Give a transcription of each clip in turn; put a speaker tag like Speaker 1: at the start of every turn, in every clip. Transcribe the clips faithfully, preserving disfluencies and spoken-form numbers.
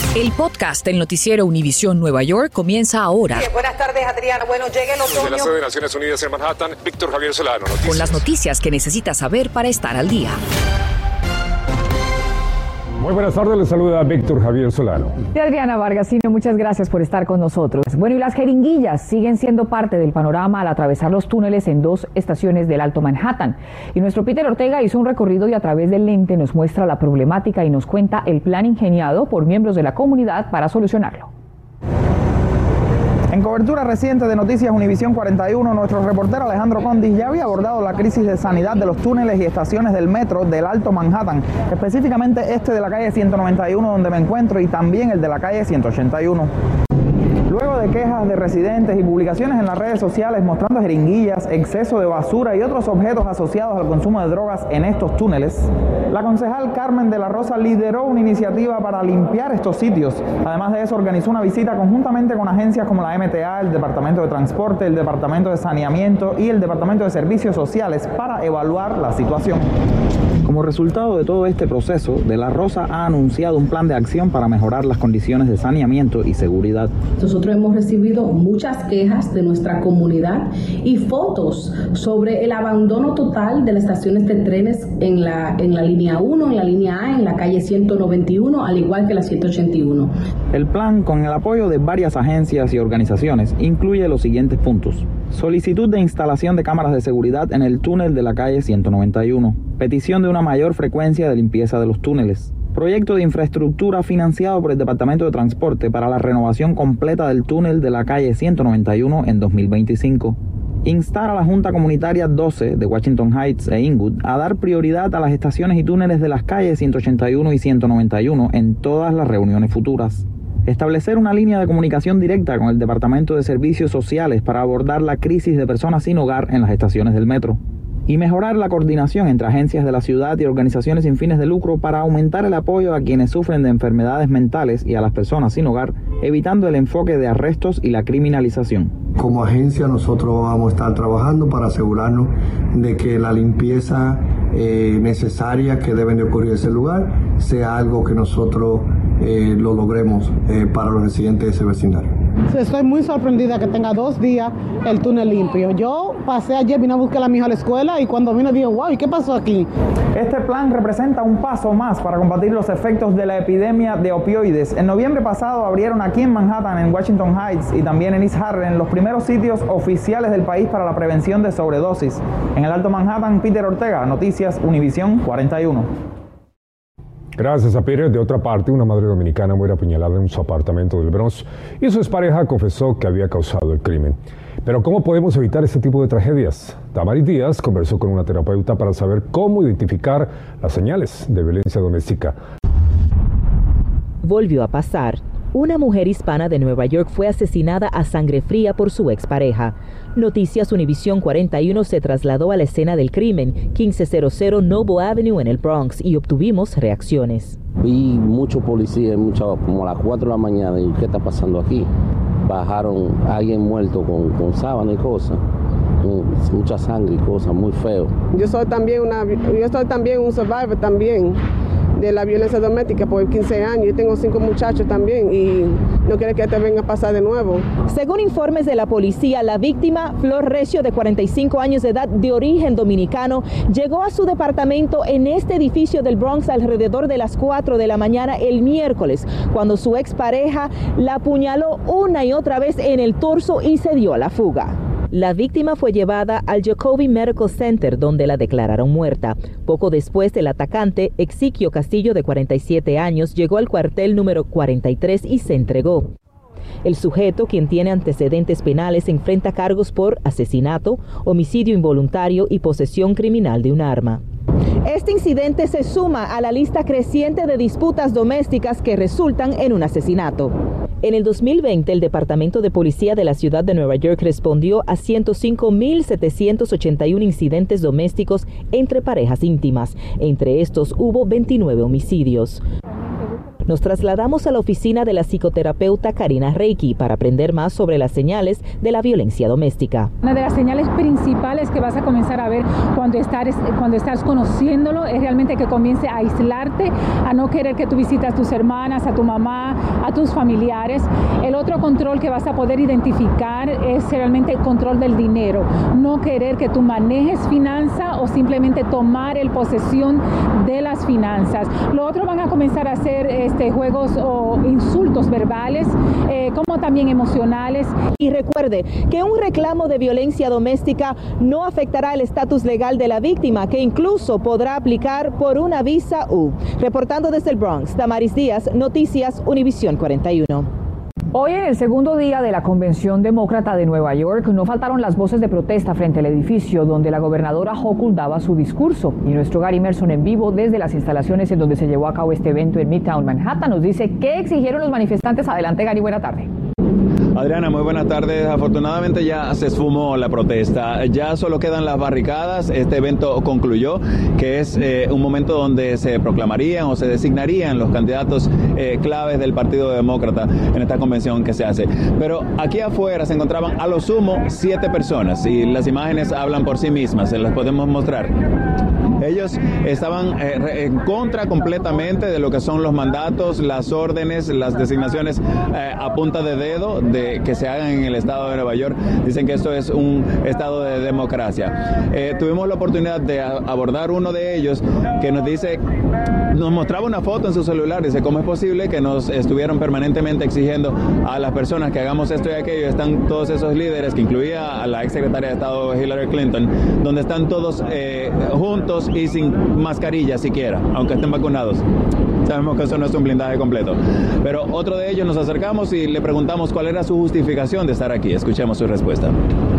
Speaker 1: El podcast del noticiero Univisión Nueva York comienza ahora.
Speaker 2: Bien, buenas tardes, Adriana. Bueno, llega el otoño.
Speaker 3: Desde la sede de Naciones Unidas en Manhattan, Víctor Javier Solano. Noticias.
Speaker 1: Con las noticias que necesitas saber para estar al día.
Speaker 4: Muy buenas tardes, les saluda Víctor Javier Solano.
Speaker 5: Y Adriana Vargasino, muchas gracias por estar con nosotros. Bueno, y las jeringuillas siguen siendo parte del panorama al atravesar los túneles en dos estaciones del Alto Manhattan. Y nuestro Peter Ortega hizo un recorrido y a través del lente nos muestra la problemática y nos cuenta el plan ingeniado por miembros de la comunidad para solucionarlo.
Speaker 6: En cobertura reciente de Noticias Univisión cuarenta y uno, nuestro reportero Alejandro Condis ya había abordado la crisis de sanidad de los túneles y estaciones del metro del Alto Manhattan, específicamente este de la calle ciento noventa y uno donde me encuentro y también el de la calle ciento ochenta y uno. Luego de quejas de residentes y publicaciones en las redes sociales mostrando jeringuillas, exceso de basura y otros objetos asociados al consumo de drogas en estos túneles, la concejal Carmen de la Rosa lideró una iniciativa para limpiar estos sitios. Además de eso, organizó una visita conjuntamente con agencias como la M T A, el Departamento de Transporte, el Departamento de Saneamiento y el Departamento de Servicios Sociales para evaluar la situación. Como resultado de todo este proceso, De la Rosa ha anunciado un plan de acción para mejorar las condiciones de saneamiento y seguridad.
Speaker 7: Nosotros hemos recibido muchas quejas de nuestra comunidad y fotos sobre el abandono total de las estaciones de trenes en la, en la línea uno, en la línea A, en la calle ciento noventa y uno, al igual que la ciento ochenta y uno.
Speaker 6: El plan, con el apoyo de varias agencias y organizaciones, incluye los siguientes puntos. Solicitud de instalación de cámaras de seguridad en el túnel de la calle ciento noventa y uno. Petición de una mayor frecuencia de limpieza de los túneles. Proyecto de infraestructura financiado por el Departamento de Transporte para la renovación completa del túnel de la calle ciento noventa y uno en dos mil veinticinco. Instar a la Junta Comunitaria doce de Washington Heights e Inwood a dar prioridad a las estaciones y túneles de las calles ciento ochenta y uno y ciento noventa y uno en todas las reuniones futuras. Establecer una línea de comunicación directa con el Departamento de Servicios Sociales para abordar la crisis de personas sin hogar en las estaciones del metro. Y mejorar la coordinación entre agencias de la ciudad y organizaciones sin fines de lucro para aumentar el apoyo a quienes sufren de enfermedades mentales y a las personas sin hogar, evitando el enfoque de arrestos y la criminalización.
Speaker 8: Como agencia nosotros vamos a estar trabajando para asegurarnos de que la limpieza eh, necesaria que deben de ocurrir en ese lugar sea algo que nosotros eh, lo logremos eh, para los residentes de ese vecindario.
Speaker 9: Estoy muy sorprendida que tenga dos días el túnel limpio. Yo pasé ayer, vine a buscar a mi hija a la escuela y cuando vine dije, wow, ¿y qué pasó aquí?
Speaker 6: Este plan representa un paso más para combatir los efectos de la epidemia de opioides. En noviembre pasado abrieron aquí en Manhattan, en Washington Heights y también en East Harlem los primeros sitios oficiales del país para la prevención de sobredosis. En el Alto Manhattan, Peter Ortega, Noticias Univisión cuarenta y uno.
Speaker 4: Gracias a Peter. De otra parte, una madre dominicana muere apuñalada en su apartamento del Bronx y su expareja confesó que había causado el crimen. Pero ¿cómo podemos evitar este tipo de tragedias? Damaris Díaz conversó con una terapeuta para saber cómo identificar las señales de violencia doméstica.
Speaker 10: Volvió a pasar. Una mujer hispana de Nueva York fue asesinada a sangre fría por su expareja. Noticias Univisión cuarenta y uno se trasladó a la escena del crimen, quince cero Noble Avenue en el Bronx, y obtuvimos reacciones.
Speaker 11: Vi mucho policía, mucho, como a las cuatro de la mañana, y ¿qué está pasando aquí? Bajaron a alguien muerto con, con sábana y cosas, mucha sangre y cosas, muy feo.
Speaker 9: Yo soy también una, yo soy también un survivor también de la violencia doméstica por quince años. Yo tengo cinco muchachos también y no quiero que te venga a pasar de nuevo.
Speaker 10: Según informes de la policía, la víctima, Flor Recio, de cuarenta y cinco años de edad, de origen dominicano, llegó a su departamento en este edificio del Bronx alrededor de las cuatro de la mañana el miércoles, cuando su expareja la apuñaló una y otra vez en el torso y se dio a la fuga. La víctima fue llevada al Jacobi Medical Center, donde la declararon muerta. Poco después, el atacante, Exiquio Castillo, de cuarenta y siete años, llegó al cuartel número cuarenta y tres y se entregó. El sujeto, quien tiene antecedentes penales, enfrenta cargos por asesinato, homicidio involuntario y posesión criminal de un arma. Este incidente se suma a la lista creciente de disputas domésticas que resultan en un asesinato. En el dos mil veinte, el Departamento de Policía de la Ciudad de Nueva York respondió a ciento cinco mil setecientos ochenta y uno incidentes domésticos entre parejas íntimas. Entre estos hubo veintinueve homicidios. Nos trasladamos a la oficina de la psicoterapeuta Karina Reiki para aprender más sobre las señales de la violencia doméstica.
Speaker 12: Una de las señales principales que vas a comenzar a ver cuando estás, cuando estás conociéndolo es realmente que comience a aislarte, a no querer que tú visitas a tus hermanas, a tu mamá, a tus familiares. El otro control que vas a poder identificar es realmente el control del dinero. No querer que tú manejes finanzas o simplemente tomar el posesión de las finanzas. Lo otro van a comenzar a hacer este, juegos o insultos verbales, eh, como también emocionales.
Speaker 10: Y recuerde que un reclamo de violencia doméstica no afectará el estatus legal de la víctima, que incluso podrá aplicar por una visa U. Reportando desde el Bronx, Damaris Díaz, Noticias Univisión cuarenta y uno.
Speaker 5: Hoy, en el segundo día de la Convención Demócrata de Nueva York, no faltaron las voces de protesta frente al edificio donde la gobernadora Hochul daba su discurso. Y nuestro Gary Merson, en vivo desde las instalaciones en donde se llevó a cabo este evento en Midtown Manhattan, nos dice qué exigieron los manifestantes. Adelante, Gary, buena tarde.
Speaker 13: Adriana, muy buenas tardes. Afortunadamente ya se esfumó la protesta. Ya solo quedan las barricadas. Este evento concluyó, que es eh, un momento donde se proclamarían o se designarían los candidatos eh, claves del Partido Demócrata en esta convención que se hace. Pero aquí afuera se encontraban a lo sumo siete personas y las imágenes hablan por sí mismas. Se las podemos mostrar. Ellos estaban eh, en contra completamente de lo que son los mandatos, las órdenes, las designaciones eh, a punta de dedo de que se hagan en el estado de Nueva York. Dicen que esto es un estado de democracia. Eh, tuvimos la oportunidad de a, abordar uno de ellos que nos dice, nos mostraba una foto en su celular, dice, ¿cómo es posible que nos estuvieron permanentemente exigiendo a las personas que hagamos esto y aquello? Están todos esos líderes, que incluía a la ex secretaria de Estado Hillary Clinton, donde están todos eh, juntos y sin mascarilla siquiera, aunque estén vacunados. Sabemos que eso no es un blindaje completo. Pero otro de ellos nos acercamos y le preguntamos cuál era su justificación de estar aquí. Escuchemos su respuesta.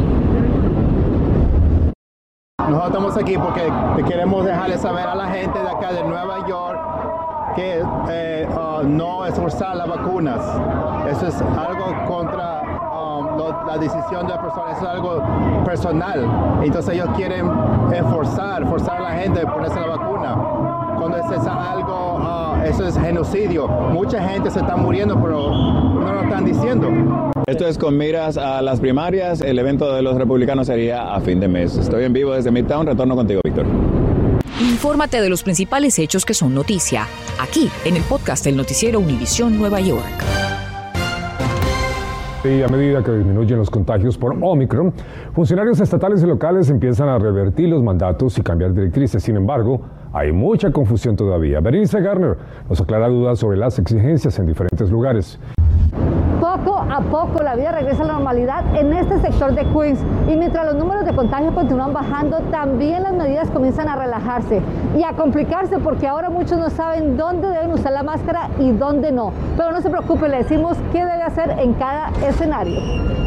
Speaker 14: Nosotros estamos aquí porque queremos dejarle saber a la gente de acá de Nueva York que eh, uh, no esforzar las vacunas. Eso es algo contra um, lo, la decisión de la persona, eso es algo personal. Entonces ellos quieren esforzar, forzar a la gente a ponerse la vacuna. Cuando es, es algo, uh, eso es genocidio. Mucha gente se está muriendo, pero no lo están diciendo.
Speaker 13: Esto es con miras a las primarias. El evento de los republicanos sería a fin de mes. Estoy en vivo desde Midtown. Retorno contigo, Víctor.
Speaker 1: Infórmate de los principales hechos que son noticia, aquí en el podcast del noticiero Univisión Nueva York.
Speaker 4: Y a medida que disminuyen los contagios por Omicron, funcionarios estatales y locales empiezan a revertir los mandatos y cambiar directrices. Sin embargo, hay mucha confusión todavía. Berenice Garner nos aclara dudas sobre las exigencias en diferentes lugares.
Speaker 15: Poco a poco la vida regresa a la normalidad en este sector de Queens, y mientras los números de contagios continúan bajando, también las medidas comienzan a relajarse y a complicarse, porque ahora muchos no saben dónde deben usar la máscara y dónde no. Pero no se preocupe, le decimos qué debe hacer en cada escenario.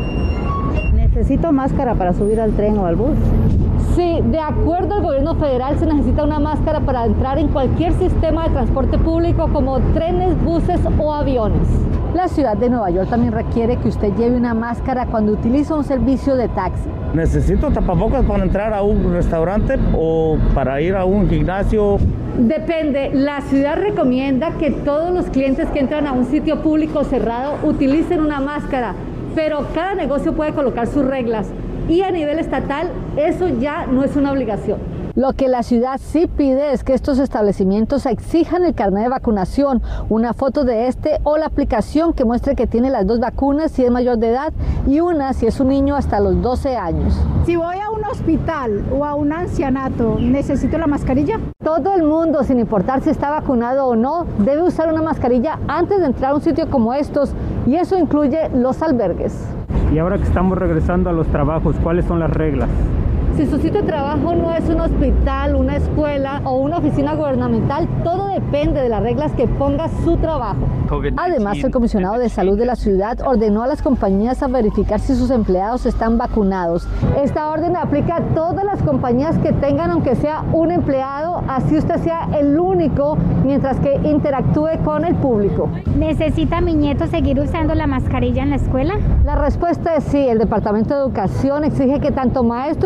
Speaker 16: ¿Necesito máscara para subir al tren o al bus?
Speaker 15: Sí, de acuerdo al gobierno federal se necesita una máscara para entrar en cualquier sistema de transporte público como trenes, buses o aviones. La ciudad de Nueva York también requiere que usted lleve una máscara cuando utiliza un servicio de taxi.
Speaker 17: ¿Necesito tapabocas para entrar a un restaurante o para ir a un gimnasio?
Speaker 15: Depende. La ciudad recomienda que todos los clientes que entran a un sitio público cerrado utilicen una máscara, pero cada negocio puede colocar sus reglas. Y a nivel estatal, eso ya no es una obligación. Lo que la ciudad sí pide es que estos establecimientos exijan el carnet de vacunación, una foto de este o la aplicación que muestre que tiene las dos vacunas si es mayor de edad y una si es un niño hasta los doce años.
Speaker 18: Si voy a un hospital o a un ancianato, ¿necesito la mascarilla?
Speaker 15: Todo el mundo, sin importar si está vacunado o no, debe usar una mascarilla antes de entrar a un sitio como estos, y eso incluye los albergues.
Speaker 17: Y ahora que estamos regresando a los trabajos, ¿cuáles son las reglas?
Speaker 15: Si su sitio de trabajo no es un hospital, una escuela o una oficina gubernamental, todo depende de las reglas que ponga su trabajo. Además, el comisionado de salud de la ciudad ordenó a las compañías a verificar si sus empleados están vacunados. Esta orden aplica a todas las compañías que tengan, aunque sea un empleado, así usted sea el único, mientras que interactúe con el público.
Speaker 18: ¿Necesita mi nieto seguir usando la mascarilla en la escuela?
Speaker 15: La respuesta es sí. El Departamento de Educación exige que tanto maestros como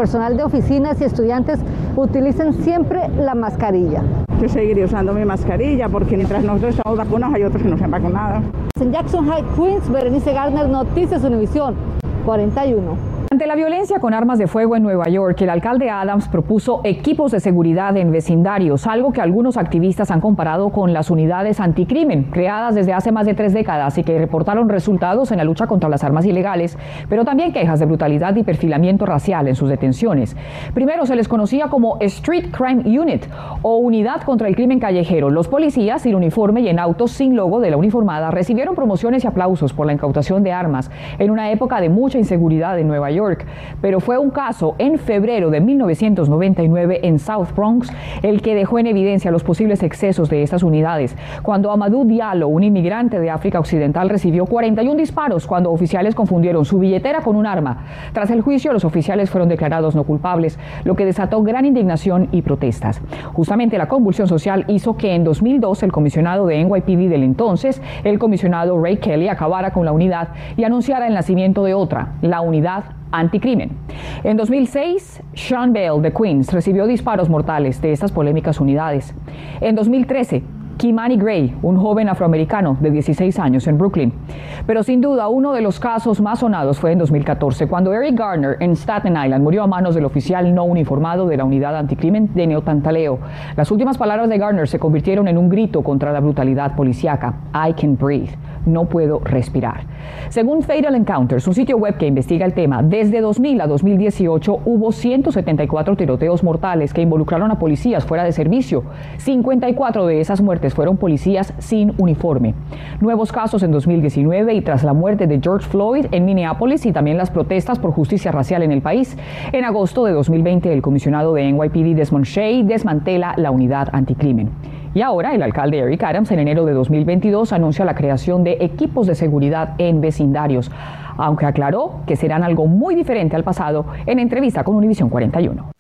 Speaker 15: personal de oficinas y estudiantes utilicen siempre la mascarilla.
Speaker 16: Yo seguiré usando mi mascarilla porque mientras nosotros estamos vacunados hay otros que no se han vacunado.
Speaker 15: En Jackson Heights, Queens, Berenice Garner, Noticias Univisión cuarenta y uno.
Speaker 5: Ante la violencia con armas de fuego en Nueva York, el alcalde Adams propuso equipos de seguridad en vecindarios, algo que algunos activistas han comparado con las unidades anticrimen, creadas desde hace más de tres décadas y que reportaron resultados en la lucha contra las armas ilegales, pero también quejas de brutalidad y perfilamiento racial en sus detenciones. Primero se les conocía como Street Crime Unit o Unidad contra el Crimen Callejero. Los policías sin uniforme y en autos sin logo de la uniformada recibieron promociones y aplausos por la incautación de armas en una época de mucha inseguridad en Nueva York. Pero fue un caso en febrero de mil novecientos noventa y nueve en South Bronx el que dejó en evidencia los posibles excesos de estas unidades, cuando Amadou Diallo, un inmigrante de África Occidental, recibió cuarenta y un disparos cuando oficiales confundieron su billetera con un arma. Tras el juicio, los oficiales fueron declarados no culpables, lo que desató gran indignación y protestas. Justamente la convulsión social hizo que en dos mil dos el comisionado de N Y P D del entonces, el comisionado Ray Kelly, acabara con la unidad y anunciara el nacimiento de otra, la Unidad Anticrimen. En dos mil seis, Sean Bell de Queens recibió disparos mortales de estas polémicas unidades. En dos mil trece, Kimani Gray, un joven afroamericano de dieciséis años en Brooklyn. Pero sin duda uno de los casos más sonados fue en dos mil catorce, cuando Eric Garner en Staten Island murió a manos del oficial no uniformado de la unidad anticrimen de Neotantaleo. Las últimas palabras de Garner se convirtieron en un grito contra la brutalidad policíaca. I can breathe. No puedo respirar. Según Fatal Encounters, un sitio web que investiga el tema, desde dos mil a dos mil dieciocho hubo ciento setenta y cuatro tiroteos mortales que involucraron a policías fuera de servicio. cincuenta y cuatro de esas muertes fueron policías sin uniforme. Nuevos casos en dos mil diecinueve y tras la muerte de George Floyd en Minneapolis y también las protestas por justicia racial en el país. En agosto de dos mil veinte, el comisionado de N Y P D Desmond Shea desmantela la unidad anticrimen. Y ahora el alcalde Eric Adams en enero de dos mil veintidós anuncia la creación de equipos de seguridad en vecindarios, aunque aclaró que serán algo muy diferente al pasado en entrevista con Univisión cuarenta y uno.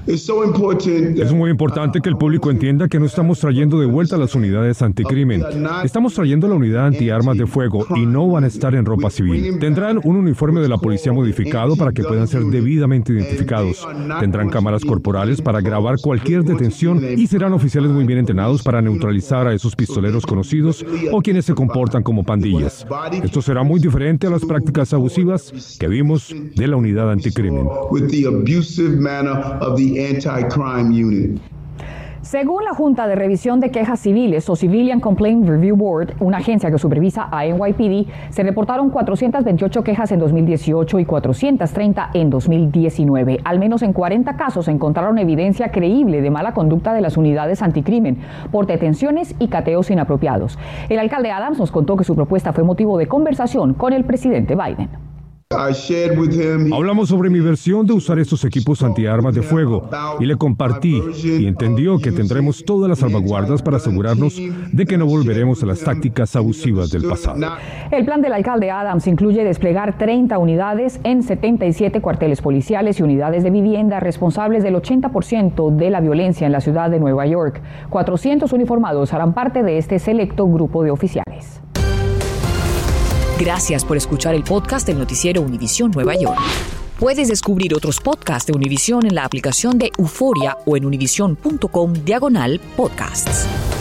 Speaker 4: Es muy importante que el público entienda que no estamos trayendo de vuelta las unidades anticrimen. Estamos trayendo la unidad antiarmas de fuego y no van a estar en ropa civil. Tendrán un uniforme de la policía modificado para que puedan ser debidamente identificados. Tendrán cámaras corporales para grabar cualquier detención y serán oficiales muy bien entrenados para neutralizar a esos pistoleros conocidos o quienes se comportan como pandillas. Esto será muy diferente a las prácticas abusivas que vimos de la unidad anticrimen.
Speaker 5: Según la Junta de Revisión de Quejas Civiles o Civilian Complaint Review Board, una agencia que supervisa a N Y P D, se reportaron cuatrocientas veintiocho quejas en dos mil dieciocho y cuatrocientas treinta en dos mil diecinueve. Al menos en cuarenta casos encontraron evidencia creíble de mala conducta de las unidades anticrimen por detenciones y cateos inapropiados. El alcalde Adams nos contó que su propuesta fue motivo de conversación con el presidente Biden.
Speaker 4: Hablamos sobre mi versión de usar estos equipos antiarmas de fuego y le compartí y entendió que tendremos todas las salvaguardas para asegurarnos de que no volveremos a las tácticas abusivas del pasado.
Speaker 5: El plan del alcalde Adams incluye desplegar treinta unidades en setenta y siete cuarteles policiales y unidades de vivienda responsables del ochenta por ciento de la violencia en la ciudad de Nueva York. cuatrocientos uniformados harán parte de este selecto grupo de oficiales.
Speaker 1: Gracias por escuchar el podcast del noticiero Univisión Nueva York. Puedes descubrir otros podcasts de Univisión en la aplicación de Euforia o en univision punto com diagonal podcasts.